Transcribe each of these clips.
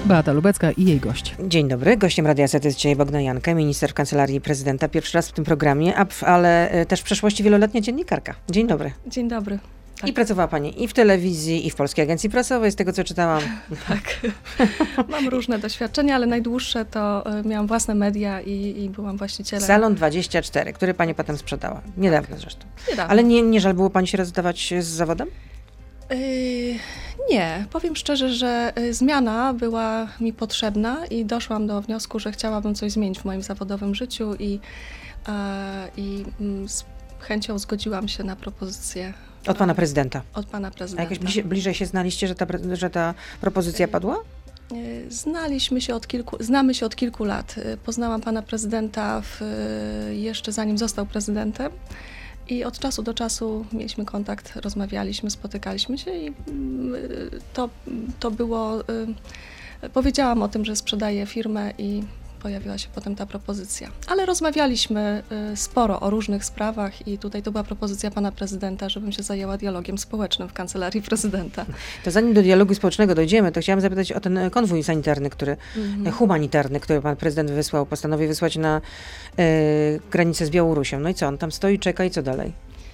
Beata Lubecka i jej gość. Dzień dobry. Gościem Radia Z jest dzisiaj Bogna Jankę, minister w Kancelarii Prezydenta. Pierwszy raz w tym programie, ale też w przeszłości wieloletnia dziennikarka. Dzień dobry. Dzień dobry. Tak. I pracowała Pani i w telewizji, i w Polskiej Agencji Prasowej, z tego co czytałam. Tak. Mam różne doświadczenia, ale najdłuższe to miałam własne media i byłam właścicielem. Salon 24, który Pani potem sprzedała. Niedawno zresztą. Niedawno. Ale nie żal było Pani się rozstawać z zawodem? Nie. Powiem szczerze, że zmiana była mi potrzebna i doszłam do wniosku, że chciałabym coś zmienić w moim zawodowym życiu i z chęcią zgodziłam się na propozycję. Od Pana Prezydenta? Od Pana Prezydenta. A jakoś bliżej się znaliście, że ta propozycja padła? Znamy się od kilku lat. Poznałam Pana Prezydenta jeszcze zanim został prezydentem. I od czasu do czasu mieliśmy kontakt, rozmawialiśmy, spotykaliśmy się i to było... Powiedziałam o tym, że sprzedaję firmę i pojawiła się potem ta propozycja. Ale rozmawialiśmy sporo o różnych sprawach i tutaj to była propozycja Pana Prezydenta, żebym się zajęła dialogiem społecznym w Kancelarii Prezydenta. To zanim do dialogu społecznego dojdziemy, to chciałam zapytać o ten konwój sanitarny, humanitarny, który Pan Prezydent postanowił wysłać na granicę z Białorusią. No i co, on tam stoi, czeka i co dalej?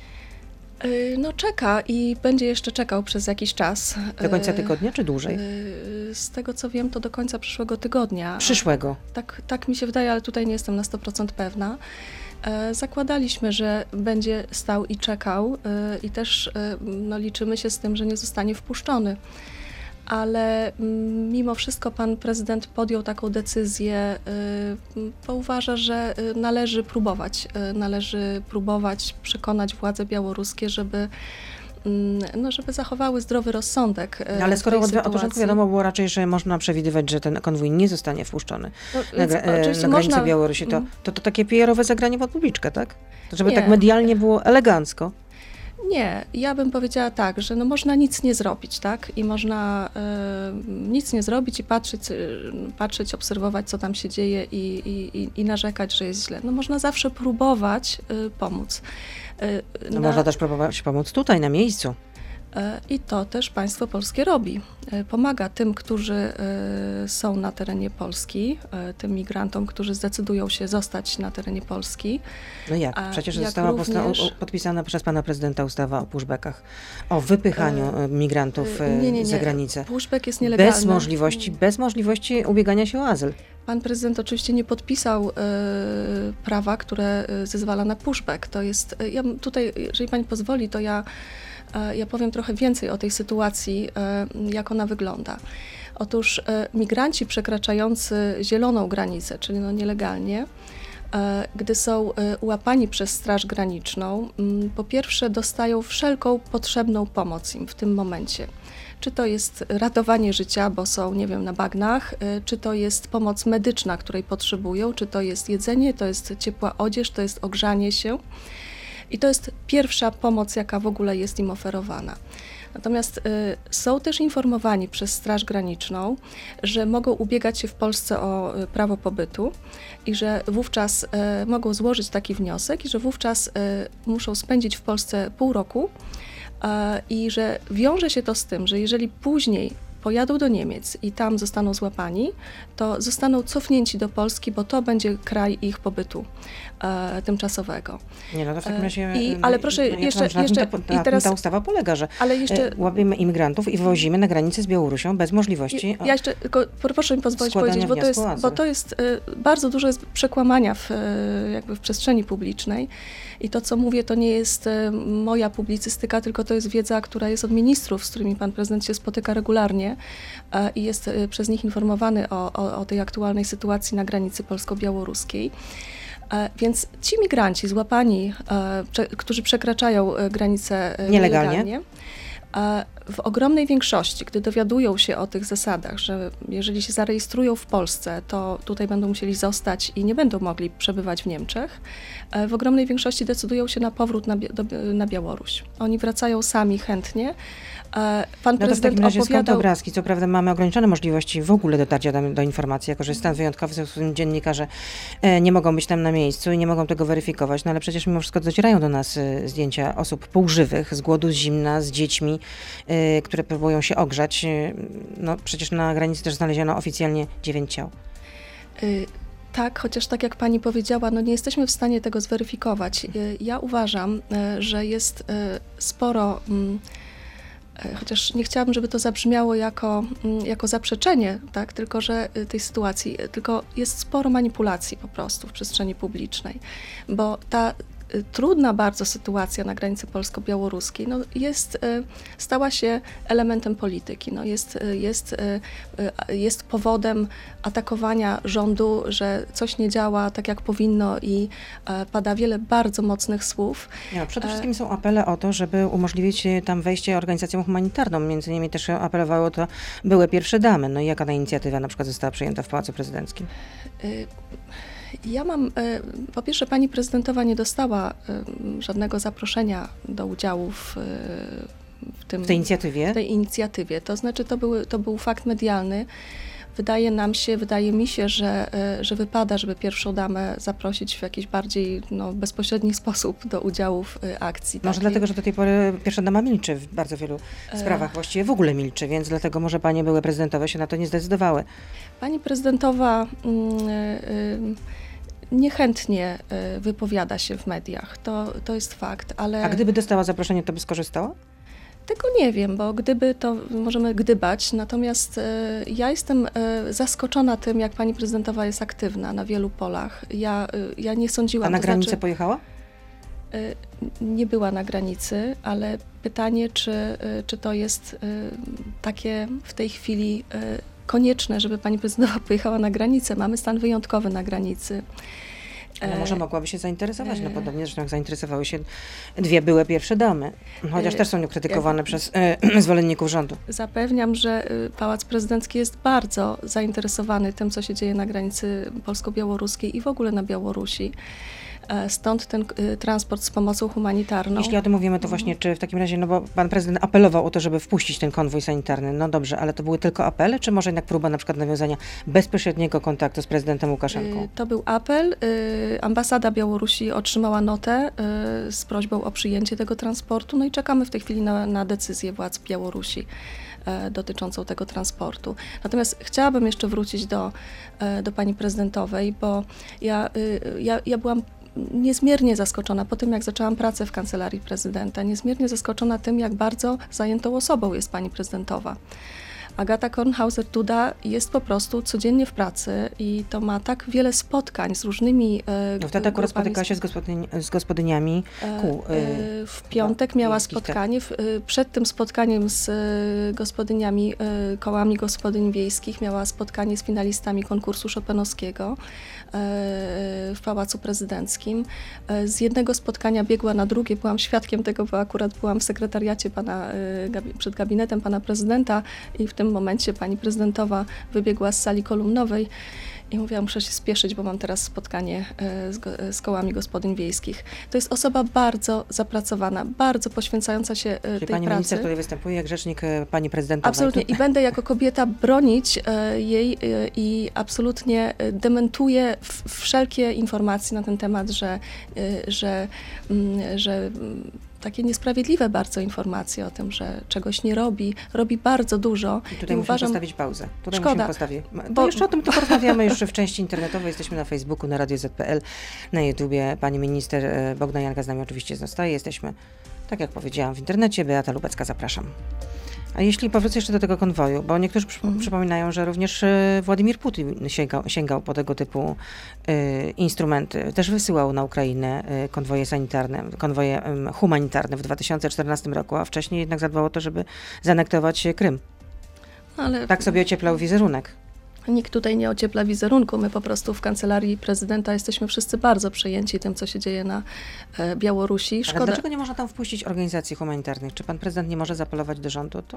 No czeka i będzie jeszcze czekał przez jakiś czas. Do końca tygodnia czy dłużej? Z tego co wiem, to do końca przyszłego tygodnia. Przyszłego? Tak mi się wydaje, ale tutaj nie jestem na 100% pewna. Zakładaliśmy, że będzie stał i czekał i też liczymy się z tym, że nie zostanie wpuszczony. Ale mimo wszystko Pan Prezydent podjął taką decyzję, bo uważa, że należy próbować przekonać władze białoruskie, żeby zachowały zdrowy rozsądek. Ale skoro od początku wiadomo było raczej, że można przewidywać, że ten konwój nie zostanie wpuszczony na granicę Białorusi, to takie PR-owe zagranie pod publiczkę, tak? Żeby tak medialnie było elegancko. Nie, ja bym powiedziała tak, że można nic nie zrobić, tak? I można nic nie zrobić i patrzeć, obserwować, co tam się dzieje i narzekać, że jest źle. Można zawsze próbować pomóc. Można też próbować pomóc tutaj, na miejscu. I to też państwo polskie robi. Pomaga tym, którzy są na terenie Polski, tym migrantom, którzy zdecydują się zostać na terenie Polski. No jak? Przecież została podpisana przez Pana Prezydenta ustawa o pushbackach, o wypychaniu migrantów za granicę. Pushback jest nielegalny. Bez możliwości ubiegania się o azyl. Pan prezydent oczywiście nie podpisał prawa, które zezwala na pushback. To jest, ja tutaj, jeżeli Pani pozwoli, to ja powiem trochę więcej o tej sytuacji, jak ona wygląda. Otóż migranci przekraczający zieloną granicę, czyli nielegalnie, gdy są łapani przez Straż Graniczną, po pierwsze dostają wszelką potrzebną pomoc im w tym momencie. Czy to jest ratowanie życia, bo są, na bagnach, czy to jest pomoc medyczna, której potrzebują, czy to jest jedzenie, to jest ciepła odzież, to jest ogrzanie się. I to jest pierwsza pomoc, jaka w ogóle jest im oferowana. Natomiast są też informowani przez Straż Graniczną, że mogą ubiegać się w Polsce o prawo pobytu i że wówczas mogą złożyć taki wniosek i że wówczas muszą spędzić w Polsce pół roku i że wiąże się to z tym, że jeżeli później pojadą do Niemiec i tam zostaną złapani, to zostaną cofnięci do Polski, bo to będzie kraj ich pobytu tymczasowego. To w takim razie... Ale proszę jeszcze... Ta ustawa polega, że łapiemy imigrantów i wywozimy na granicę z Białorusią bez możliwości Ja jeszcze tylko proszę mi pozwolić powiedzieć, bo to jest bardzo dużo jest przekłamania w przestrzeni publicznej i to, co mówię, to nie jest moja publicystyka, tylko to jest wiedza, która jest od ministrów, z którymi Pan Prezydent się spotyka regularnie i jest przez nich informowany o tej aktualnej sytuacji na granicy polsko-białoruskiej. Więc ci migranci złapani, którzy przekraczają granicę nielegalnie, w ogromnej większości, gdy dowiadują się o tych zasadach, że jeżeli się zarejestrują w Polsce, to tutaj będą musieli zostać i nie będą mogli przebywać w Niemczech, w ogromnej większości decydują się na powrót na Białoruś. Oni wracają sami chętnie. Pan prezydent to w takim razie skąd te obrazki? Co prawda mamy ograniczone możliwości w ogóle dotarcia do informacji, jako że jest stan wyjątkowy, w związku z tym dziennikarze nie mogą być tam na miejscu i nie mogą tego weryfikować, ale przecież mimo wszystko docierają do nas zdjęcia osób półżywych, z głodu, z zimna, z dziećmi, które próbują się ogrzać. No przecież na granicy też znaleziono oficjalnie 9 ciał. Tak, chociaż tak jak pani powiedziała, no nie jesteśmy w stanie tego zweryfikować. Ja uważam, że jest sporo, chociaż nie chciałabym, żeby to zabrzmiało jako zaprzeczenie, tak, tylko że tej sytuacji, tylko jest sporo manipulacji po prostu w przestrzeni publicznej, bo ta trudna bardzo sytuacja na granicy polsko-białoruskiej no stała się elementem polityki. No jest powodem atakowania rządu, że coś nie działa tak jak powinno i pada wiele bardzo mocnych słów. Ja, przede wszystkim są apele o to, żeby umożliwić tam wejście organizacjom humanitarnym. Między innymi też apelowały o to były pierwsze damy. No i jaka ta inicjatywa na przykład została przyjęta w Pałacu Prezydenckim? Ja mam, po pierwsze pani prezydentowa nie dostała żadnego zaproszenia do udziału w tej inicjatywie? W tej inicjatywie. To znaczy to był fakt medialny. Wydaje mi się, że wypada, żeby pierwszą damę zaprosić w jakiś bardziej bezpośredni sposób do udziału w akcji. Może dlatego, że do tej pory pierwsza dama milczy w bardzo wielu sprawach, właściwie w ogóle milczy, więc dlatego może panie były prezydentowe się na to nie zdecydowały. Pani prezydentowa niechętnie wypowiada się w mediach. To jest fakt, ale... A gdyby dostała zaproszenie, to by skorzystała? Tego nie wiem, bo gdyby, to możemy gdybać, natomiast ja jestem zaskoczona tym, jak pani prezydentowa jest aktywna na wielu polach. Ja nie sądziłam... A na granicę pojechała? Nie była na granicy, ale pytanie, czy to jest takie w tej chwili konieczne, żeby pani prezydentowa pojechała na granicę. Mamy stan wyjątkowy na granicy. No może mogłaby się zainteresować, no podobnie zresztą jak zainteresowały się dwie były pierwsze damy, chociaż też są niekrytykowane przez zwolenników rządu. Zapewniam, że Pałac Prezydencki jest bardzo zainteresowany tym, co się dzieje na granicy polsko-białoruskiej i w ogóle na Białorusi. Stąd ten transport z pomocą humanitarną. Jeśli o tym mówimy, to właśnie czy w takim razie, no bo pan prezydent apelował o to, żeby wpuścić ten konwój sanitarny. No dobrze, ale to były tylko apele, czy może jednak próba na przykład nawiązania bezpośredniego kontaktu z prezydentem Łukaszenką? To był apel. Ambasada Białorusi otrzymała notę z prośbą o przyjęcie tego transportu. No i czekamy w tej chwili na decyzję władz Białorusi dotyczącą tego transportu. Natomiast chciałabym jeszcze wrócić do pani prezydentowej, bo ja byłam niezmiernie zaskoczona po tym, jak zaczęłam pracę w Kancelarii Prezydenta, niezmiernie zaskoczona tym, jak bardzo zajętą osobą jest pani prezydentowa. Agata Kornhauser-Duda jest po prostu codziennie w pracy i to ma tak wiele spotkań z różnymi wtedy akurat spotykała się z gospodyniami kół. W piątek miała spotkanie. Przed tym spotkaniem z gospodyniami, kołami gospodyń wiejskich miała spotkanie z finalistami konkursu chopinowskiego w Pałacu Prezydenckim. Z jednego spotkania biegła na drugie. Byłam świadkiem tego, bo akurat byłam w sekretariacie przed gabinetem pana prezydenta i w tym momencie pani prezydentowa wybiegła z sali kolumnowej i mówiła, muszę się spieszyć, bo mam teraz spotkanie z kołami gospodyń wiejskich. To jest osoba bardzo zapracowana, bardzo poświęcająca się tej pracy. Pani minister tutaj występuje jak rzecznik pani prezydentowej. Absolutnie. I będę jako kobieta bronić jej i absolutnie dementuję wszelkie informacje na ten temat, że takie niesprawiedliwe bardzo informacje o tym, że czegoś nie robi bardzo dużo. I tutaj musimy postawić pauzę. Szkoda. Bo jeszcze o tym porozmawiamy jeszcze w części internetowej. Jesteśmy na Facebooku, na Radio ZPL, na YouTubie. Pani minister Bogna Janka z nami oczywiście zostaje. Jesteśmy, tak jak powiedziałam, w internecie. Beata Lubecka, zapraszam. A jeśli powrócę jeszcze do tego konwoju, bo niektórzy przypominają, że również Władimir Putin sięgał po tego typu instrumenty. Też wysyłał na Ukrainę konwoje sanitarne, konwoje humanitarne w 2014 roku, a wcześniej jednak zadbał o to, żeby zaanektować Krym. Ale tak sobie ocieplał wizerunek. Nikt tutaj nie ociepla wizerunku. My po prostu w Kancelarii Prezydenta jesteśmy wszyscy bardzo przejęci tym, co się dzieje na Białorusi. Szkoda. Ale dlaczego nie można tam wpuścić organizacji humanitarnych? Czy pan prezydent nie może zaapelować do rządu o to?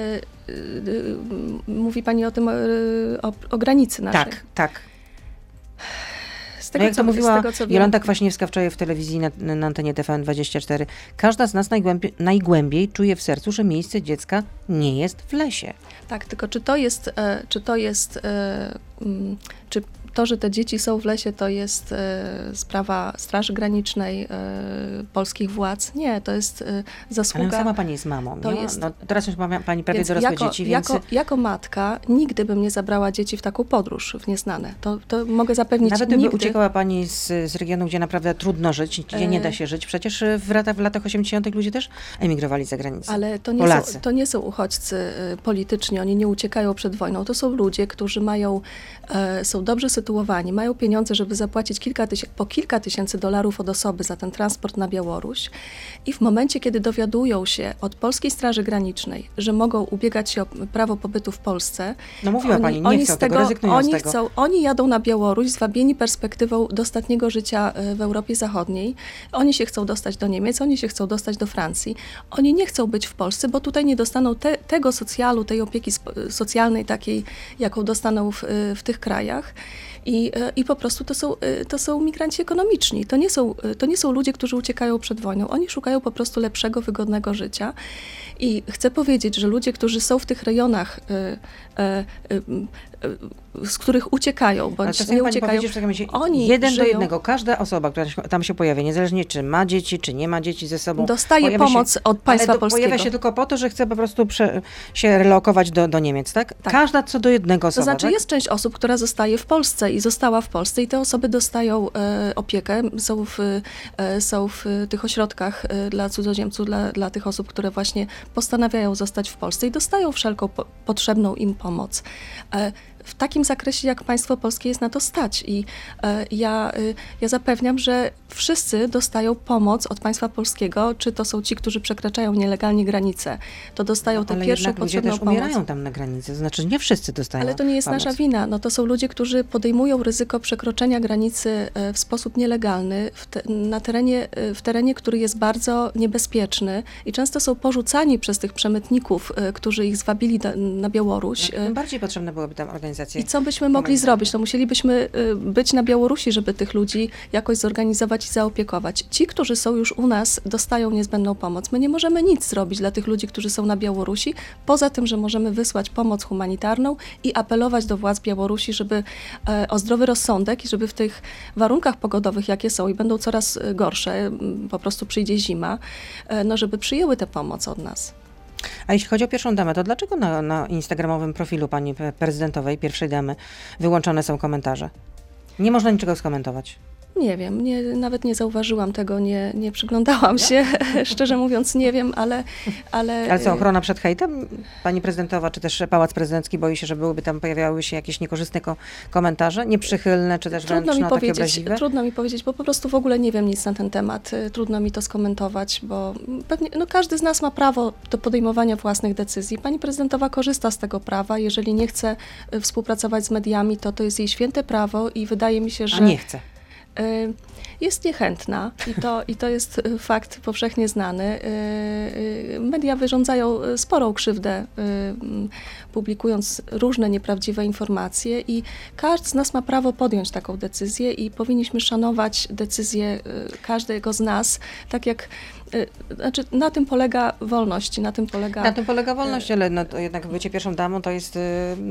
Mówi pani o tym, o granicy naszej. Tak. Jak to mówiła Jolanta Kwaśniewska wczoraj w telewizji na antenie TVN24, każda z nas najgłębiej czuje w sercu, że miejsce dziecka nie jest w lesie. Tak, tylko czy to, że te dzieci są w lesie, to jest sprawa Straży Granicznej, polskich władz. Nie, to jest zasługa... Ale sama pani jest mamą, to nie? jest... No, teraz już ma pani prawie Więc dorosłe dzieci, więc... Jako matka nigdy bym nie zabrała dzieci w taką podróż w nieznane. To mogę zapewnić. Nawet gdyby uciekała pani z regionu, gdzie naprawdę trudno żyć, gdzie nie da się żyć. Przecież w latach 80. ludzie też emigrowali za granicę. Ale to nie są uchodźcy polityczni, oni nie uciekają przed wojną. To są ludzie, którzy są dobrze sytuowani, mają pieniądze, żeby zapłacić po kilka tysięcy dolarów od osoby za ten transport na Białoruś i w momencie, kiedy dowiadują się od Polskiej Straży Granicznej, że mogą ubiegać się o prawo pobytu w Polsce. No mówiła pani, nie chcą tego, rezygnują z tego. Oni jadą na Białoruś zwabieni perspektywą dostatniego życia w Europie Zachodniej. Oni się chcą dostać do Niemiec, oni się chcą dostać do Francji. Oni nie chcą być w Polsce, bo tutaj nie dostaną tego socjalu, tej opieki socjalnej takiej, jaką dostaną w tych krajach. I po prostu to są migranci ekonomiczni. To nie są ludzie, którzy uciekają przed wojną. Oni szukają po prostu lepszego, wygodnego życia. I chcę powiedzieć, że ludzie, którzy są w tych rejonach, z których uciekają, bądź nie uciekają, oni jeden żyją, do jednego, każda osoba, która tam się pojawia, niezależnie czy ma dzieci, czy nie ma dzieci ze sobą, dostaje pomoc od państwa polskiego. Pojawia się tylko po to, że chce po prostu się relokować do Niemiec, tak? Tak. Każda co do jednego osoba. To znaczy tak? jest część osób, która zostaje w Polsce i została w Polsce i te osoby dostają opiekę, są w tych ośrodkach dla cudzoziemców, dla tych osób, które właśnie postanawiają zostać w Polsce i dostają wszelką potrzebną im pomoc. W takim zakresie, jak państwo polskie jest na to stać. I ja zapewniam, że wszyscy dostają pomoc od państwa polskiego, czy to są ci, którzy przekraczają nielegalnie granice, to dostają tę pierwszą potrzebną pomoc. Ale ludzie też umierają tam na granicy, to znaczy nie wszyscy dostają Ale to nie jest pomoc. nasza wina. No to są ludzie, którzy podejmują ryzyko przekroczenia granicy w sposób nielegalny w terenie, który jest bardzo niebezpieczny i często są porzucani przez tych przemytników, którzy ich zwabili na Białoruś. Tym bardziej potrzebne byłyby tam organizacje. I co byśmy mogli zrobić? No musielibyśmy być na Białorusi, żeby tych ludzi jakoś zorganizować i zaopiekować. Ci, którzy są już u nas, dostają niezbędną pomoc. My nie możemy nic zrobić dla tych ludzi, którzy są na Białorusi, poza tym, że możemy wysłać pomoc humanitarną i apelować do władz Białorusi, żeby o zdrowy rozsądek i żeby w tych warunkach pogodowych, jakie są i będą coraz gorsze, po prostu przyjdzie zima, no żeby przyjęły tę pomoc od nas. A jeśli chodzi o pierwszą damę, to dlaczego na instagramowym profilu pani prezydentowej, pierwszej damy, wyłączone są komentarze? Nie można niczego skomentować. Nie wiem, nawet nie zauważyłam tego, nie przyglądałam się, szczerze mówiąc nie wiem, ale... Ale co, ochrona przed hejtem? Pani prezydentowa, czy też Pałac Prezydencki boi się, że pojawiały się jakieś niekorzystne komentarze, nieprzychylne, czy też wręcz takie obraźliwe? Trudno mi powiedzieć, bo po prostu w ogóle nie wiem nic na ten temat. Trudno mi to skomentować, bo pewnie każdy z nas ma prawo do podejmowania własnych decyzji. Pani prezydentowa korzysta z tego prawa. Jeżeli nie chce współpracować z mediami, to jest jej święte prawo i wydaje mi się, że... A nie chce. Jest niechętna i to jest fakt powszechnie znany. Media wyrządzają sporą krzywdę, publikując różne nieprawdziwe informacje i każdy z nas ma prawo podjąć taką decyzję i powinniśmy szanować decyzję każdego z nas, tak jak znaczy na tym polega wolność, na tym polega wolność, ale to jednak bycie pierwszą damą to jest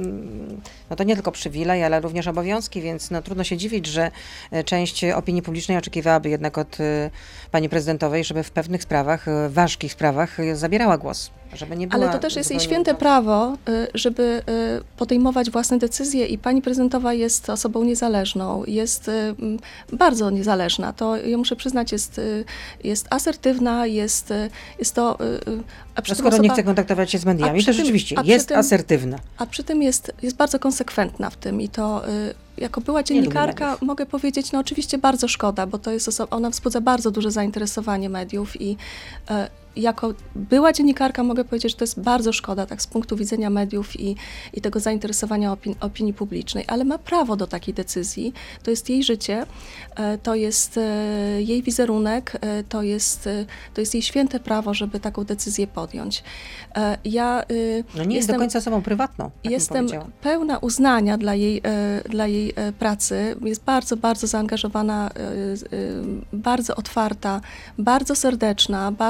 to nie tylko przywilej, ale również obowiązki, więc trudno się dziwić, że część opinii publicznej oczekiwałaby jednak od pani prezydentowej, żeby w pewnych sprawach, ważkich sprawach zabierała głos. Żeby nie była. Ale to też jest jej święte prawo, żeby podejmować własne decyzje i pani prezydentowa jest osobą niezależną, jest bardzo niezależna. To ja muszę przyznać, jest asertywna, jest to... skoro nie chce kontaktować się z mediami, to rzeczywiście jest asertywna. A przy tym jest bardzo konsekwentna w tym i to... Jako była dziennikarka mogę powiedzieć, oczywiście bardzo szkoda, bo to jest ona wzbudza bardzo duże zainteresowanie mediów i jako była dziennikarka mogę powiedzieć, że to jest bardzo szkoda, tak z punktu widzenia mediów i tego zainteresowania opinii publicznej, ale ma prawo do takiej decyzji, to jest jej życie, to jest jej wizerunek, to jest jej święte prawo, żeby taką decyzję podjąć. Ja nie jest do końca osobą prywatną. Tak jestem pełna uznania dla jej pracy, jest bardzo, bardzo zaangażowana, bardzo otwarta, bardzo serdeczna, bardzo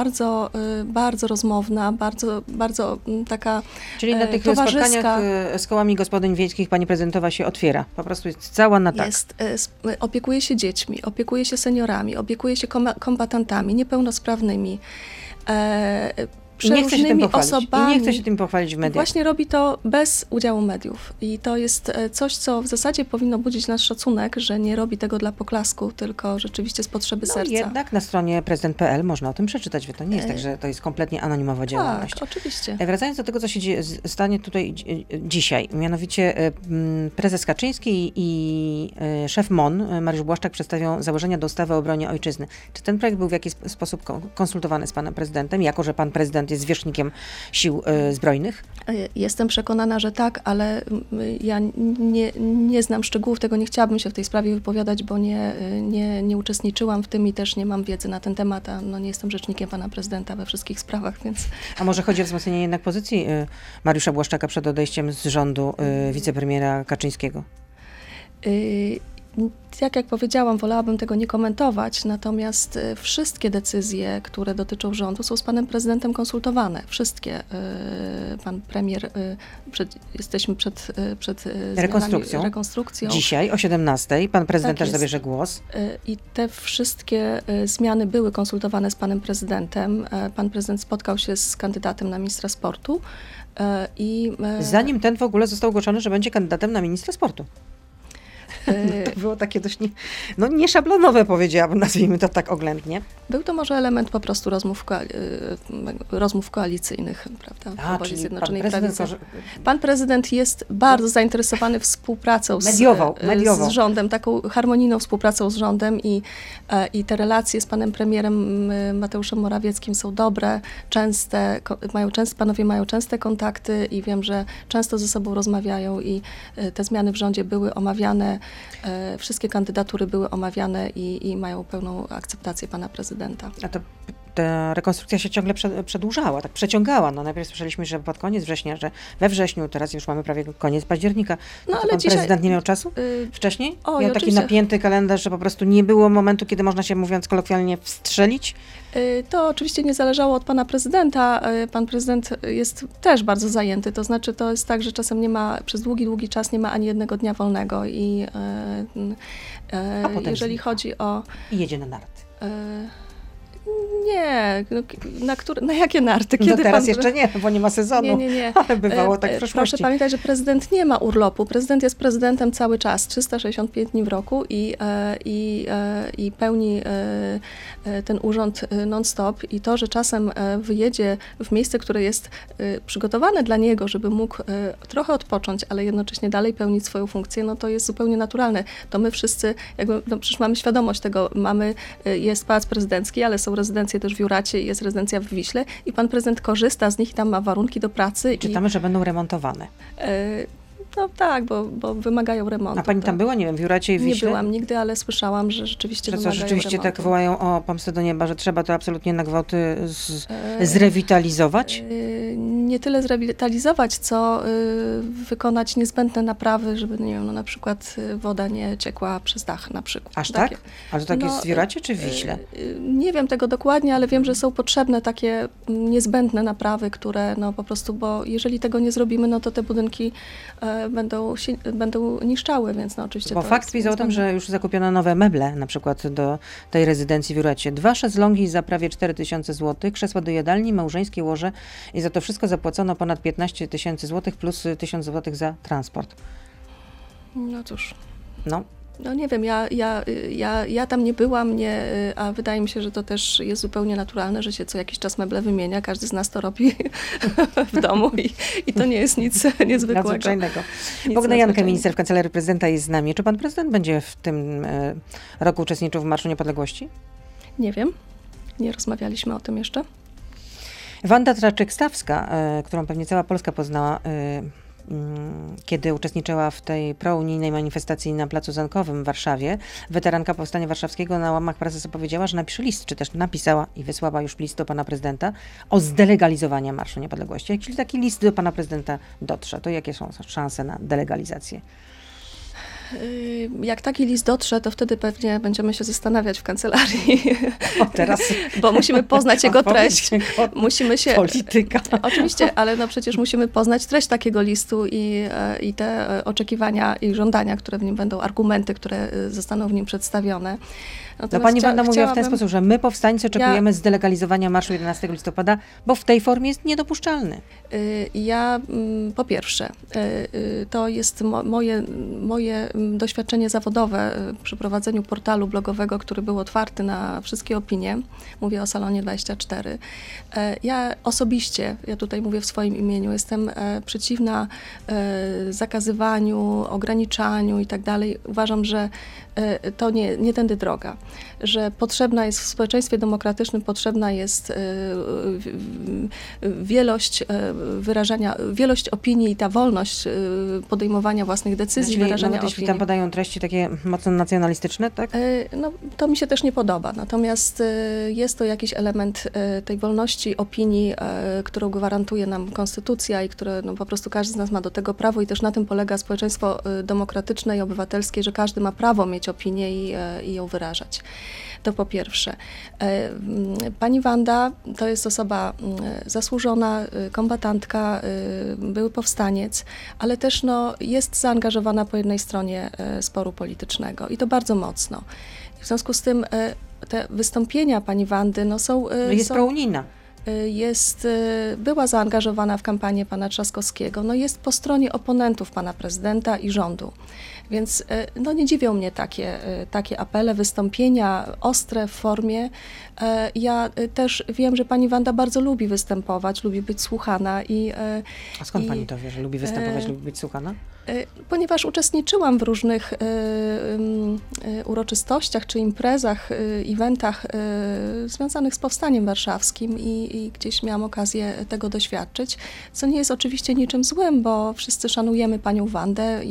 bardzo rozmowna, bardzo taka Czyli na tych towarzyska. spotkaniach z kołami gospodyń wiejskich pani prezydentowa się otwiera. Po prostu jest cała na tak. Opiekuje się dziećmi, opiekuje się seniorami, opiekuje się kombatantami, niepełnosprawnymi, Nie chce się tym pochwalić. osobami. I nie chce się tym pochwalić w mediach. Właśnie robi to bez udziału mediów. I to jest coś, co w zasadzie powinno budzić nasz szacunek, że nie robi tego dla poklasku, tylko rzeczywiście z potrzeby serca. Jednak na stronie prezydent.pl można o tym przeczytać, że to nie jest tak, że to jest kompletnie anonimowa działalność. Tak, oczywiście. Wracając do tego, co się stanie tutaj dzisiaj, mianowicie prezes Kaczyński i szef MON, Mariusz Błaszczak, przedstawią założenia do ustawy o obronie ojczyzny. Czy ten projekt był w jakiś sposób konsultowany z panem prezydentem, jako że pan prezydent jest zwierzchnikiem sił zbrojnych? Jestem przekonana, że tak, ale ja nie znam szczegółów, tego nie chciałabym się w tej sprawie wypowiadać, bo nie uczestniczyłam w tym i też nie mam wiedzy na ten temat, a nie jestem rzecznikiem pana prezydenta we wszystkich sprawach, więc... A może chodzi o wzmocnienie jednak pozycji Mariusza Błaszczaka przed odejściem z rządu wicepremiera Kaczyńskiego? Tak jak powiedziałam, wolałabym tego nie komentować, natomiast wszystkie decyzje, które dotyczą rządu, są z panem prezydentem konsultowane. Wszystkie. Pan premier, jesteśmy przed rekonstrukcją. Dzisiaj o 17:00 pan prezydent też zabierze głos. I te wszystkie zmiany były konsultowane z panem prezydentem. Pan prezydent spotkał się z kandydatem na ministra sportu. Zanim ten w ogóle został ogłoszony, że będzie kandydatem na ministra sportu. To było takie dość nieszablonowe, powiedziałabym, nazwijmy to tak oględnie. Był to może element po prostu rozmów koalicyjnych, prawda, w obozie Zjednoczonej Prawicy. Pan prezydent jest bardzo zainteresowany współpracą z rządem, taką harmonijną współpracą z rządem i te relacje z panem premierem Mateuszem Morawieckim są dobre, częste, panowie mają częste kontakty i wiem, że często ze sobą rozmawiają i te zmiany w rządzie były omawiane. Wszystkie kandydatury były omawiane i mają pełną akceptację pana prezydenta. A to ta rekonstrukcja się ciągle przedłużała, tak przeciągała. Najpierw słyszeliśmy, że pod koniec września, że we wrześniu, teraz już mamy prawie koniec października. Ale pan prezydent nie miał czasu wcześniej? Miał taki napięty kalendarz, że po prostu nie było momentu, kiedy można się, mówiąc kolokwialnie, wstrzelić? To oczywiście nie zależało od pana prezydenta. Pan prezydent jest też bardzo zajęty. To znaczy, to jest tak, że czasem nie ma, przez długi czas nie ma ani jednego dnia wolnego. A potem jeżeli chodzi o... I jedzie na narty. Nie, na jakie narty? Kiedy teraz jeszcze nie, bo nie ma sezonu. Nie. Ale bywało tak w przeszłości. Proszę pamiętać, że prezydent nie ma urlopu. Prezydent jest prezydentem cały czas, 365 dni w roku i pełni ten urząd non-stop. I to, że czasem wyjedzie w miejsce, które jest przygotowane dla niego, żeby mógł trochę odpocząć, ale jednocześnie dalej pełnić swoją funkcję, to jest zupełnie naturalne. To my wszyscy, przecież mamy świadomość tego, jest Pałac Prezydencki, ale są rezydencje też w Juracie, jest rezydencja w Wiśle i pan prezydent korzysta z nich i tam ma warunki do pracy. Czytamy, że będą remontowane. Tak, bo wymagają remontu. A pani tam była, nie wiem, w Juracie i w Wiśle? Nie byłam nigdy, ale słyszałam, że rzeczywiście wymagają rzeczywiście remontu. Tak wołają o pomstę do nieba, że trzeba to absolutnie na gwałty zrewitalizować? Nie tyle zrewitalizować, co wykonać niezbędne naprawy, żeby, nie wiem, na przykład woda nie ciekła przez dach na przykład. Aż tak? Ale to tak jest w Juracie czy w Wiśle? Nie wiem tego dokładnie, ale wiem, że są potrzebne takie niezbędne naprawy, które po prostu, bo jeżeli tego nie zrobimy, to te budynki będą niszczały, więc oczywiście. Bo fakt pisał o tym, że już zakupiono nowe meble, na przykład do tej rezydencji w Juracie. 2 szezlongi za prawie 4000 zł, krzesła do jadalni, małżeńskie łoże i za to wszystko zapłacono ponad 15 000 zł plus 1000 zł za transport. No cóż. Nie wiem, ja tam nie byłam, a wydaje mi się, że to też jest zupełnie naturalne, że się co jakiś czas meble wymienia. Każdy z nas to robi w domu i to nie jest nic niezwykłego. Nadzwyczajnego. Bogna Janka, minister w Kancelarii Prezydenta, jest z nami. Czy pan prezydent będzie w tym roku uczestniczył w Marszu Niepodległości? Nie wiem. Nie rozmawialiśmy o tym jeszcze. Wanda Traczyk-Stawska, którą pewnie cała Polska poznała, kiedy uczestniczyła w tej prounijnej manifestacji na Placu Zankowym w Warszawie, weteranka Powstania Warszawskiego, na łamach prasy powiedziała, że napisze list, czy też napisała i wysłała już list do pana prezydenta o zdelegalizowanie Marszu Niepodległości. Jeśli taki list do pana prezydenta dotrze, to jakie są szanse na delegalizację? Jak taki list dotrze, to wtedy pewnie będziemy się zastanawiać w kancelarii, Teraz bo musimy poznać jego treść. Musimy się... Polityka. Oczywiście, ale no przecież musimy poznać treść takiego listu i te oczekiwania i żądania, które w nim będą, argumenty, które zostaną w nim przedstawione. No pani Wanda mówiła w ten sposób, że my powstańcy oczekujemy zdelegalizowania marszu 11 listopada, bo w tej formie jest niedopuszczalny. Ja po pierwsze, to jest moje doświadczenie zawodowe przy prowadzeniu portalu blogowego, który był otwarty na wszystkie opinie. Mówię o Salonie 24. Ja osobiście, ja tutaj mówię w swoim imieniu, jestem przeciwna zakazywaniu, ograniczaniu i tak dalej. Uważam, że to nie tędy droga, że potrzebna jest w społeczeństwie demokratycznym, potrzebna jest wielość opinii i ta wolność podejmowania własnych decyzji, Czyli wyrażania nawet jeśli opinii. tam podają treści takie mocno nacjonalistyczne, tak? No, to mi się też nie podoba, natomiast jest to jakiś element tej wolności opinii, którą gwarantuje nam konstytucja i które no, po prostu każdy z nas ma do tego prawo i też na tym polega społeczeństwo demokratyczne i obywatelskie, że każdy ma prawo mieć opinię i ją wyrażać. To po pierwsze. Pani Wanda to jest osoba zasłużona, kombatantka, były powstaniec, ale też no, jest zaangażowana po jednej stronie sporu politycznego i to bardzo mocno. W związku z tym te wystąpienia pani Wandy no, są... Jest prounijna. Była zaangażowana w kampanię pana Trzaskowskiego, no jest po stronie oponentów pana prezydenta i rządu. Więc no, nie dziwią mnie takie apele, wystąpienia ostre w formie. Ja też wiem, że pani Wanda bardzo lubi występować, lubi być słuchana. A skąd pani to wie, że lubi występować, lubi być słuchana? Ponieważ uczestniczyłam w różnych uroczystościach czy imprezach, eventach związanych z Powstaniem Warszawskim i gdzieś miałam okazję tego doświadczyć, co nie jest oczywiście niczym złym, bo wszyscy szanujemy panią Wandę,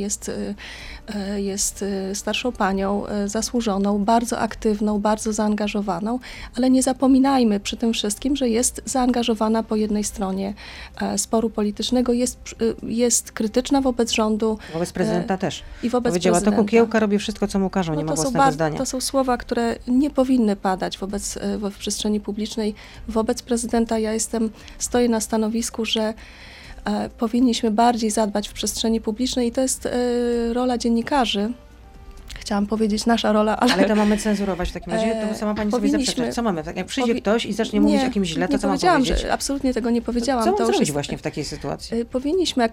jest starszą panią, zasłużoną, bardzo aktywną, bardzo zaangażowaną, ale nie zapominajmy przy tym wszystkim, że jest zaangażowana po jednej stronie sporu politycznego, jest krytyczna wobec rządu. Wobec prezydenta też. I wobec Powiedziała, prezydenta. to Kukiełka robi wszystko, co mu każą, nie ma własnego zdania. To są słowa, które nie powinny padać w przestrzeni publicznej. Wobec prezydenta stoję na stanowisku, że powinniśmy bardziej zadbać w przestrzeni publicznej i to jest rola dziennikarzy. Chciałam powiedzieć nasza rola, ale to mamy cenzurować w takim razie, to sama pani sobie zaprzecza. Co mamy? Jak przyjdzie ktoś i zacznie mówić o kimś źle, to co mam powiedzieć? Że absolutnie tego nie powiedziałam. Co mam zrobić właśnie w takiej sytuacji? Powinniśmy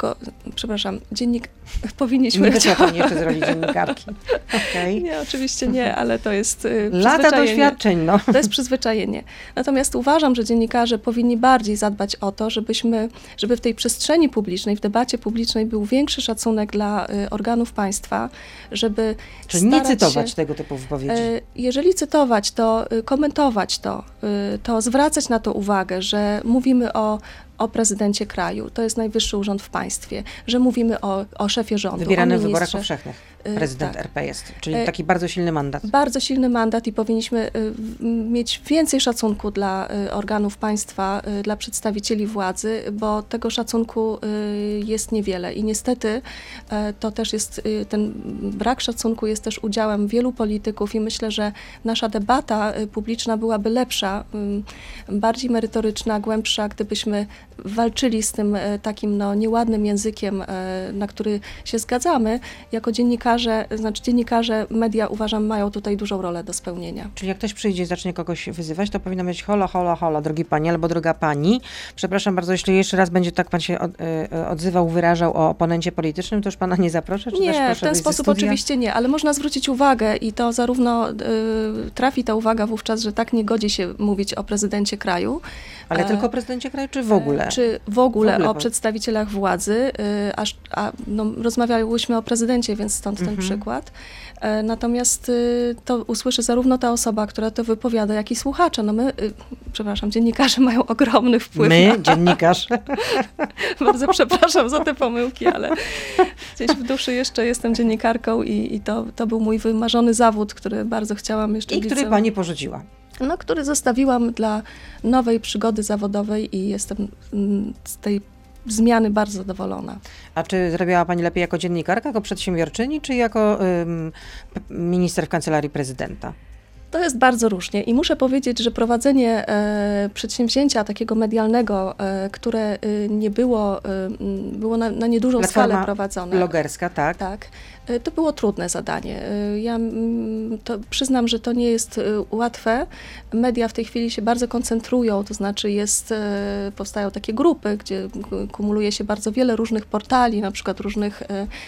powinniśmy... Nie wyszła pani jeszcze z roli dziennikarki. Okay. Nie, oczywiście nie, ale to jest lata doświadczeń, no. To jest przyzwyczajenie. Natomiast uważam, że dziennikarze powinni bardziej zadbać o to, żeby w tej przestrzeni publicznej, w debacie publicznej był większy szacunek dla organów państwa, żeby Czyli nie cytować tego typu wypowiedzi. Jeżeli cytować, to komentować to zwracać na to uwagę, że mówimy o prezydencie kraju, to jest najwyższy urząd w państwie, że mówimy o szefie rządu, wybierany w wyborach powszechnych. Prezydent tak. RP jest, czyli taki bardzo silny mandat. Bardzo silny mandat i powinniśmy mieć więcej szacunku dla organów państwa, dla przedstawicieli władzy, bo tego szacunku jest niewiele i niestety to też jest, ten brak szacunku jest też udziałem wielu polityków i myślę, że nasza debata publiczna byłaby lepsza, bardziej merytoryczna, głębsza, gdybyśmy walczyli z tym takim nieładnym językiem, na który się zgadzamy. Jako dziennikarze, media uważam mają tutaj dużą rolę do spełnienia. Czyli jak ktoś przyjdzie i zacznie kogoś wyzywać, to powinno być holo, holo, holo, drogi panie albo droga pani. Przepraszam bardzo, jeśli jeszcze raz będzie tak pan się odzywał, wyrażał o oponencie politycznym, to już pana nie zaproszę? Czy nie, w ten sposób oczywiście nie, ale można zwrócić uwagę i to zarówno trafi ta uwaga wówczas, że tak nie godzi się mówić o prezydencie kraju. Ale tylko o prezydencie kraju, czy w ogóle? Czy w ogóle o przedstawicielach władzy, rozmawiałyśmy o prezydencie, więc stąd ten przykład. Natomiast to usłyszy zarówno ta osoba, która to wypowiada, jak i słuchacze. Dziennikarze mają ogromny wpływ. Dziennikarze. Bardzo przepraszam za te pomyłki, ale gdzieś w duszy jeszcze jestem dziennikarką i to był mój wymarzony zawód, który bardzo chciałam jeszcze... I który pani porzuciła. Który zostawiłam dla nowej przygody zawodowej i jestem z tej zmiany bardzo zadowolona. A czy zrobiła pani lepiej jako dziennikarka, jako przedsiębiorczyni, czy jako minister w Kancelarii Prezydenta? To jest bardzo różnie i muszę powiedzieć, że prowadzenie przedsięwzięcia takiego medialnego, które nie było na niedużą skalę prowadzone. Blogerska, tak. Tak. To było trudne zadanie. Ja to przyznam, że to nie jest łatwe. Media w tej chwili się bardzo koncentrują, to znaczy powstają takie grupy, gdzie kumuluje się bardzo wiele różnych portali, na przykład różnych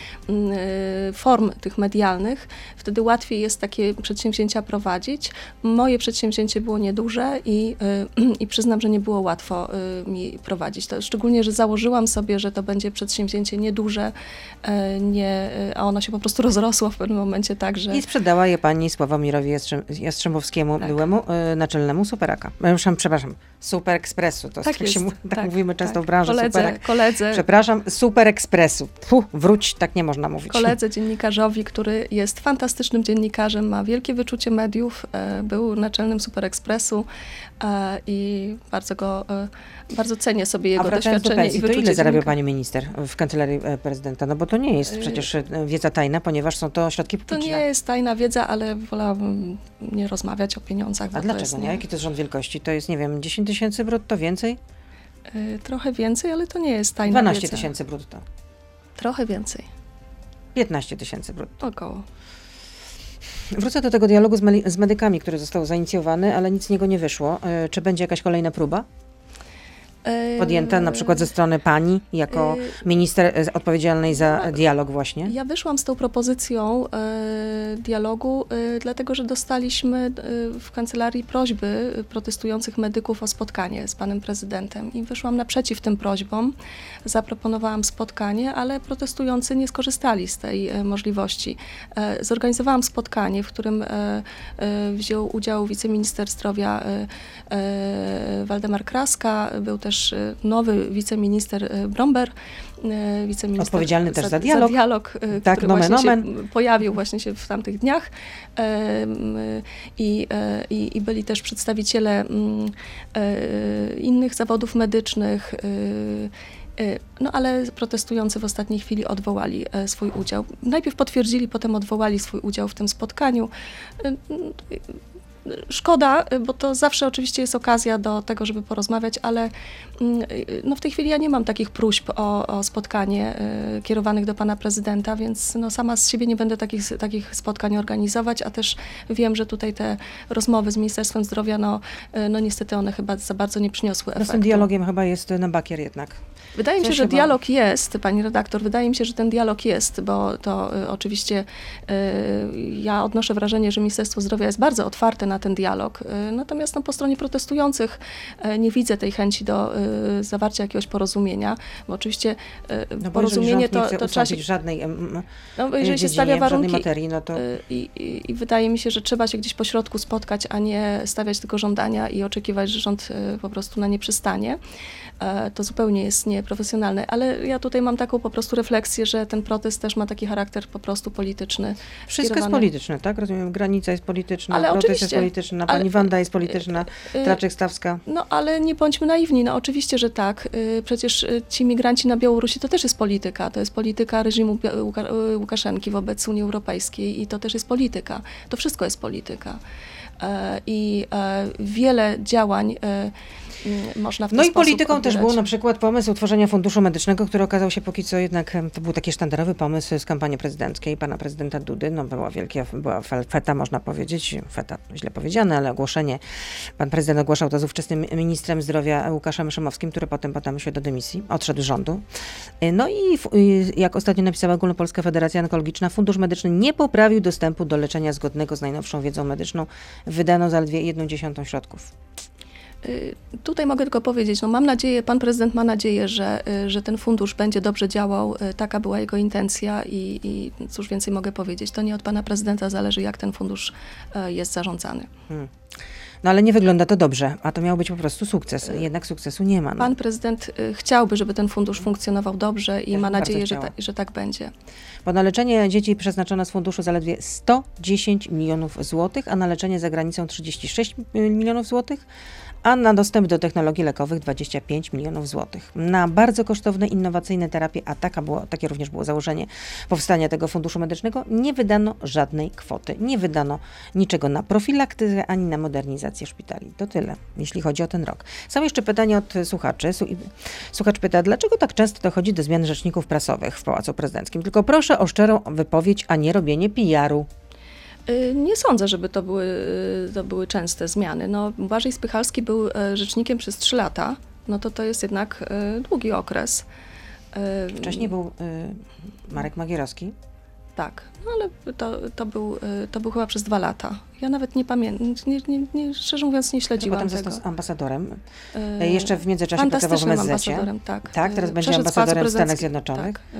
form tych medialnych. Wtedy łatwiej jest takie przedsięwzięcia prowadzić. Moje przedsięwzięcie było nieduże i przyznam, że nie było łatwo mi prowadzić. To szczególnie, że założyłam sobie, że to będzie przedsięwzięcie nieduże, a ono się po prostu rozrosło w pewnym momencie tak, że... I sprzedała je pani Sławomirowi Jastrzębowskiemu, tak. byłemu naczelnemu Superaka. Przepraszam, Super Expressu. To tak jest, tak mówimy często w branży Superak. Koledze. Przepraszam, Super Expressu. Wróć, tak nie można mówić. Koledze dziennikarzowi, który jest fantastycznym dziennikarzem, ma wielkie wyczucie mediów, był naczelnym Super Expressu i bardzo cenię sobie jego doświadczenie i wyczucie. To ile zarabia pani minister w Kancelarii Prezydenta? No bo to nie jest przecież wiedza tajna, ponieważ są to środki publiczne. To nie jest tajna wiedza, ale wolałabym nie rozmawiać o pieniądzach. A dlaczego nie? Jaki to jest rząd wielkości? To jest, nie wiem, 10 tysięcy brutto, więcej? Trochę więcej, ale to nie jest tajna 12 wiedza. tysięcy brutto. Trochę więcej. 15 tysięcy brutto. Około. Wrócę do tego dialogu z medykami, który został zainicjowany, ale nic z niego nie wyszło. Czy będzie jakaś kolejna próba podjęta na przykład ze strony pani, jako minister odpowiedzialnej za dialog właśnie? Ja wyszłam z tą propozycją dialogu, dlatego że dostaliśmy w kancelarii prośby protestujących medyków o spotkanie z panem prezydentem i wyszłam naprzeciw tym prośbom. Zaproponowałam spotkanie, ale protestujący nie skorzystali z tej możliwości. Zorganizowałam spotkanie, w którym wziął udział wiceminister zdrowia Waldemar Kraska, był też nowy wiceminister Bromber, wiceminister odpowiedzialny też za dialog, tak, który właśnie pojawił właśnie się w tamtych dniach i byli też przedstawiciele innych zawodów medycznych, no ale protestujący w ostatniej chwili odwołali swój udział. Najpierw potwierdzili, potem odwołali swój udział w tym spotkaniu. Szkoda, bo to zawsze oczywiście jest okazja do tego, żeby porozmawiać, ale no w tej chwili ja nie mam takich próśb o spotkanie kierowanych do pana prezydenta, więc no sama z siebie nie będę takich spotkań organizować, a też wiem, że tutaj te rozmowy z Ministerstwem Zdrowia, no niestety one chyba za bardzo nie przyniosły efektu. Z tym dialogiem chyba jest na bakier jednak. Wydaje mi się, że dialog jest, pani redaktor, wydaje mi się, że ten dialog jest, bo to oczywiście ja odnoszę wrażenie, że Ministerstwo Zdrowia jest bardzo otwarte na ten dialog, natomiast no, po stronie protestujących nie widzę tej chęci do zawarcia jakiegoś porozumienia, bo oczywiście no bo porozumienie to trzeba się w żadnej jeżeli się stawia warunki materii, no to... I wydaje mi się, że trzeba się gdzieś po środku spotkać, a nie stawiać tylko żądania i oczekiwać, że rząd po prostu na nie przystanie. To zupełnie jest nieprofesjonalne, ale ja tutaj mam taką po prostu refleksję, że ten protest też ma taki charakter po prostu polityczny. Wszystko jest polityczne, tak? Rozumiem, granica jest polityczna, ale protest jest polityczny, pani Wanda jest polityczna, Traczek-Stawska. No ale nie bądźmy naiwni, no oczywiście, że tak. Przecież ci migranci na Białorusi to też jest polityka. To jest polityka reżimu Łukaszenki wobec Unii Europejskiej i to też jest polityka. To wszystko jest polityka. I wiele działań można w ten No i sposób polityką odbierać. też był na przykład pomysł utworzenia funduszu medycznego, który okazał się póki co jednak, to był taki sztandarowy pomysł z kampanii prezydenckiej pana prezydenta Dudy. No była feta, można powiedzieć, feta źle powiedziane, ale ogłoszenie. Pan prezydent ogłaszał to z ówczesnym ministrem zdrowia Łukaszem Szumowskim, który potem się do dymisji, odszedł z rządu. No i jak ostatnio napisała Ogólnopolska Federacja Onkologiczna, fundusz medyczny nie poprawił dostępu do leczenia zgodnego z najnowszą wiedzą medyczną. Wydano zaledwie 1/10 środków. Tutaj mogę tylko powiedzieć, no mam nadzieję, pan prezydent ma nadzieję, że ten fundusz będzie dobrze działał, taka była jego intencja i cóż więcej mogę powiedzieć, to nie od pana prezydenta zależy, jak ten fundusz jest zarządzany. No ale nie wygląda to dobrze, a to miał być po prostu sukces, jednak sukcesu nie ma. No. Pan prezydent chciałby, żeby ten fundusz funkcjonował dobrze i ma nadzieję, że tak będzie. Bo na leczenie dzieci przeznaczono z funduszu zaledwie 110 milionów złotych, a na leczenie za granicą 36 milionów złotych, a na dostęp do technologii lekowych 25 milionów złotych. Na bardzo kosztowne, innowacyjne terapie, a takie również było założenie powstania tego funduszu medycznego, nie wydano żadnej kwoty. Nie wydano niczego na profilaktykę, ani na modernizację szpitali. To tyle, jeśli chodzi o ten rok. Są jeszcze pytania od słuchaczy. Słuchacz pyta, dlaczego tak często dochodzi do zmian rzeczników prasowych w Pałacu Prezydenckim? Tylko proszę o szczerą wypowiedź, a nie robienie PR-u. Nie sądzę, żeby to były częste zmiany. No, Błażej Spychalski był rzecznikiem przez 3 lata. No to jest jednak długi okres. Wcześniej był Marek Magierowski. Tak, no ale to był chyba przez 2 lata. Ja nawet nie pamiętam, szczerze mówiąc nie śledziłam potem tego. został ambasadorem. Jeszcze w międzyczasie pracował w MSZ-cie. ambasadorem, tak. Tak, teraz będzie ambasadorem w Stanach Zjednoczonych. Tak,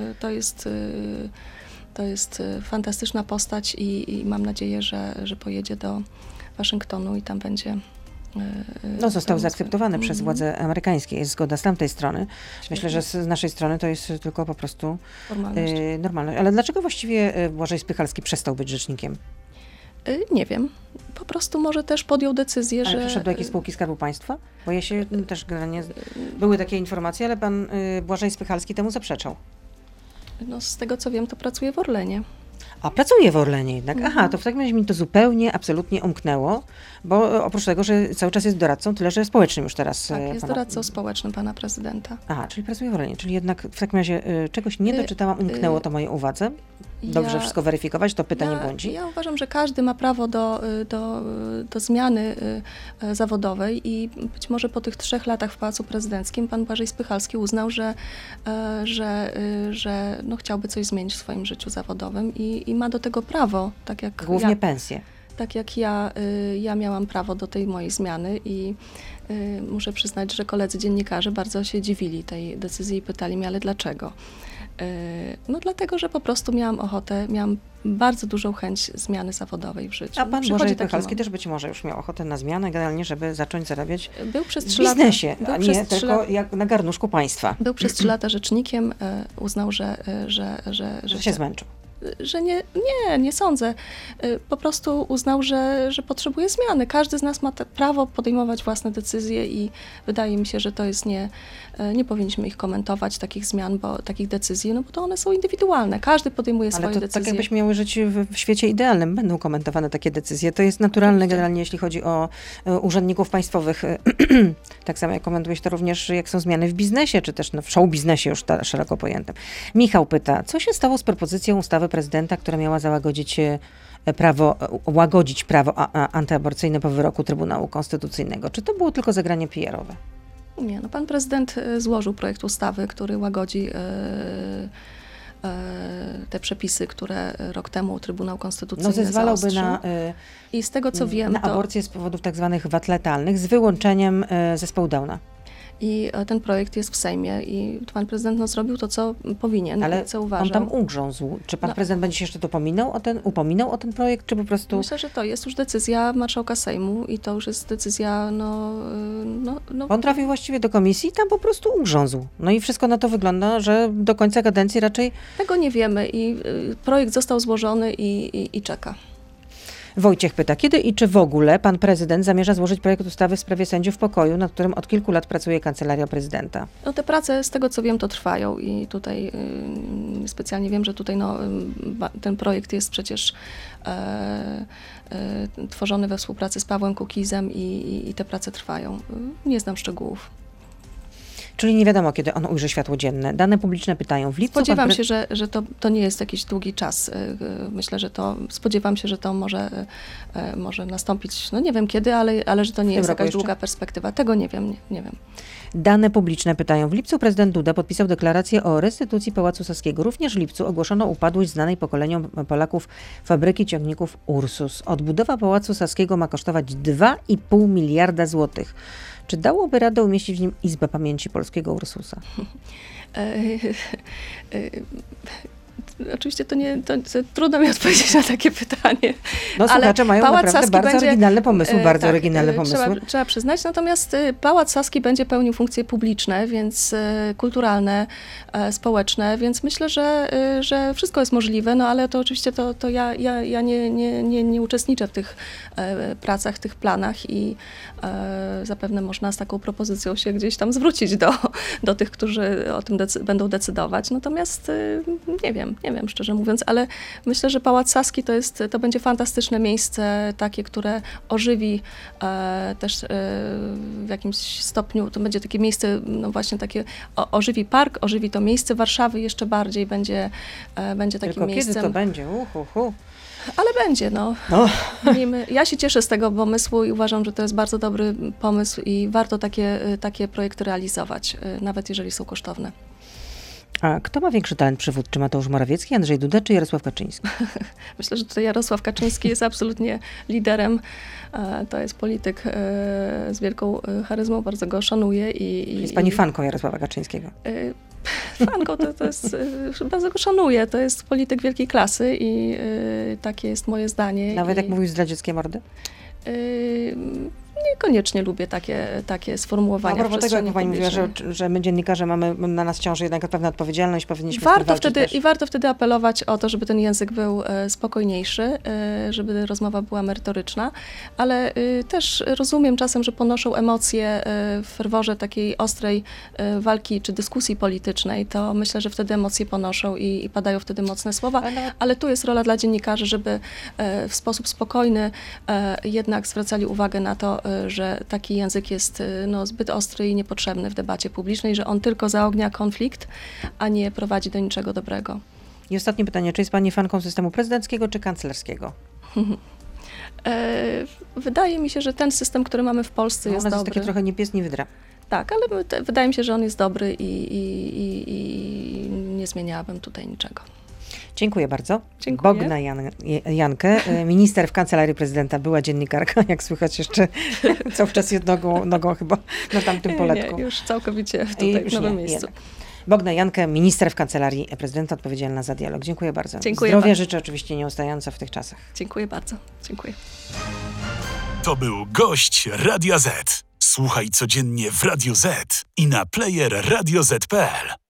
to jest fantastyczna postać i mam nadzieję, że pojedzie do Waszyngtonu i tam będzie... No, został zaakceptowany przez władze amerykańskie, jest zgoda z tamtej strony. Myślę, że z naszej strony to jest tylko po prostu normalność. Ale dlaczego właściwie Błażej Spychalski przestał być rzecznikiem? Nie wiem. Po prostu może też podjął decyzję, ale że... przeszedł do jakiejś spółki Skarbu Państwa? Bo ja się też generalnie... Były takie informacje, ale pan Błażej Spychalski temu zaprzeczał. No, z tego co wiem, to pracuje w Orlenie. A pracuje w Orlenie jednak. Aha, to w takim razie mi to zupełnie, absolutnie umknęło, bo oprócz tego, że cały czas jest doradcą, tyle że społecznym już teraz. Tak, jest doradcą społecznym pana prezydenta. Aha, czyli pracuje w Orlenie, czyli jednak w takim razie czegoś nie doczytałam, umknęło to mojej uwadze. Dobrze wszystko weryfikować, to pytanie błądzi. Ja uważam, że każdy ma prawo do zmiany zawodowej i być może po tych 3 latach w Pałacu Prezydenckim pan Błażej Spychalski uznał, że chciałby coś zmienić w swoim życiu zawodowym i ma do tego prawo, tak jak głównie pensje. Tak jak ja miałam prawo do tej mojej zmiany i muszę przyznać, że koledzy dziennikarze bardzo się dziwili tej decyzji i pytali mnie, ale dlaczego? No dlatego, że po prostu miałam bardzo dużą chęć zmiany zawodowej w życiu. A pan Błażej Spychalski też być może już miał ochotę na zmianę, generalnie, żeby zacząć zarabiać był przez 3 w biznesie, lata, a nie tylko jak na garnuszku państwa. Był przez 3 lata rzecznikiem, uznał, że się zmęczył. Że nie sądzę. Po prostu uznał, że potrzebuje zmiany. Każdy z nas ma prawo podejmować własne decyzje i wydaje mi się, że to jest nie powinniśmy ich komentować, takich zmian, takich decyzji, no bo to one są indywidualne. Każdy podejmuje swoje decyzje. Tak jakbyśmy miały żyć w świecie idealnym. Będą komentowane takie decyzje. To jest naturalne generalnie, jeśli chodzi o urzędników państwowych. Tak samo jak komentujesz to również, jak są zmiany w biznesie, czy też w show biznesie już szeroko pojętym. Michał pyta, co się stało z propozycją ustawy prezydenta, która miała łagodzić prawo antyaborcyjne po wyroku Trybunału Konstytucyjnego? Czy to było tylko zagranie PR-owe? Nie, pan prezydent złożył projekt ustawy, który łagodzi te przepisy, które rok temu Trybunał Konstytucyjny zezwalałby i z tego co wiem, na aborcję z powodów tak zwanych wad letalnych z wyłączeniem zespołu Downa. I ten projekt jest w Sejmie i pan prezydent zrobił to, co powinien, ale co uważał. On tam ugrzązł. Czy pan prezydent będzie się jeszcze upominał o ten projekt, czy po prostu... Myślę, że to jest już decyzja marszałka Sejmu i to już jest decyzja, On trafił właściwie do komisji i tam po prostu ugrzązł. No i wszystko na to wygląda, że do końca kadencji raczej... Tego nie wiemy i projekt został złożony i czeka. Wojciech pyta, kiedy i czy w ogóle pan prezydent zamierza złożyć projekt ustawy w sprawie sędziów pokoju, nad którym od kilku lat pracuje Kancelaria Prezydenta? No te prace, z tego co wiem, to trwają i tutaj specjalnie wiem, że tutaj ten projekt jest przecież tworzony we współpracy z Pawłem Kukizem i te prace trwają. Nie znam szczegółów. Czyli nie wiadomo, kiedy on ujrzy światło dzienne. Dane publiczne pytają w lipcu. Spodziewam się, że to nie jest jakiś długi czas. Myślę, że spodziewam się, że to może nastąpić, no nie wiem kiedy, ale że to nie jest jakaś długa perspektywa. Tego nie wiem. Dane publiczne pytają. W lipcu prezydent Duda podpisał deklarację o restytucji Pałacu Saskiego. Również w lipcu ogłoszono upadłość znanej pokoleniom Polaków fabryki ciągników Ursus. Odbudowa Pałacu Saskiego ma kosztować 2,5 miliarda złotych. Czy dałoby radę umieścić w nim Izbę Pamięci Polskiego Ursusa? Oczywiście to trudno mi odpowiedzieć na takie pytanie. No słuchacze mają Pałac naprawdę Saski bardzo będzie, oryginalny pomysł, bardzo tak, oryginalny pomysł. Trzeba przyznać, natomiast Pałac Saski będzie pełnił funkcje publiczne, więc kulturalne, społeczne, więc myślę, że wszystko jest możliwe, no ale to oczywiście to ja nie uczestniczę w tych pracach, w tych planach i zapewne można z taką propozycją się gdzieś tam zwrócić do tych, którzy o tym będą decydować. Natomiast nie wiem szczerze mówiąc, ale myślę, że Pałac Saski to będzie fantastyczne miejsce, takie, które ożywi też w jakimś stopniu, to będzie takie miejsce, no właśnie takie, ożywi park, ożywi to miejsce Warszawy jeszcze bardziej, będzie takim Tylko miejscem. kiedy to będzie? Ale będzie, no. Ja się cieszę z tego pomysłu i uważam, że to jest bardzo dobry pomysł i warto takie projekty realizować, nawet jeżeli są kosztowne. A kto ma większy talent przywódczy? Mateusz Morawiecki, Andrzej Duda czy Jarosław Kaczyński? Myślę, że tutaj Jarosław Kaczyński jest absolutnie liderem. To jest polityk z wielką charyzmą, bardzo go szanuję. Jest pani fanką Jarosława Kaczyńskiego? Fanką to jest, bardzo go szanuję. To jest polityk wielkiej klasy i takie jest moje zdanie. Nawet jak mówił zdradzieckie mordy? Niekoniecznie lubię takie sformułowania. A propos tego, jak pani mówiła, że my dziennikarze mamy na nas ciąży jednak pewna odpowiedzialność, powinniśmy warto wtedy apelow o to, żeby ten język był spokojniejszy, żeby rozmowa była merytoryczna, ale też rozumiem czasem, że ponoszą emocje w ferworze takiej ostrej walki czy dyskusji politycznej, to myślę, że wtedy emocje ponoszą i padają wtedy mocne słowa, ale tu jest rola dla dziennikarzy, żeby w sposób spokojny jednak zwracali uwagę na to, że taki język jest zbyt ostry i niepotrzebny w debacie publicznej, że on tylko zaognia konflikt, a nie prowadzi do niczego dobrego. I ostatnie pytanie, czy jest pani fanką systemu prezydenckiego czy kanclerskiego? Wydaje mi się, że ten system, który mamy w Polsce jest dobry. jest taki trochę nie pies, nie wydra. Tak, ale wydaje mi się, że on jest dobry i nie zmieniałabym tutaj niczego. Dziękuję bardzo. Dziękuję. Bogna Jankę, minister w Kancelarii Prezydenta, była dziennikarka, jak słychać jeszcze cały czas jedną nogą chyba na tamtym poletku. Nie, już całkowicie tutaj w nowym miejscu. Bogna Jankę, minister w Kancelarii Prezydenta, odpowiedzialna za dialog. Dziękuję bardzo. Dziękuję Zdrowia bardzo. życzę oczywiście nieustająco w tych czasach. Dziękuję bardzo. Dziękuję. To był gość Radia Z. Słuchaj codziennie w Radio Z i na player radioz.pl.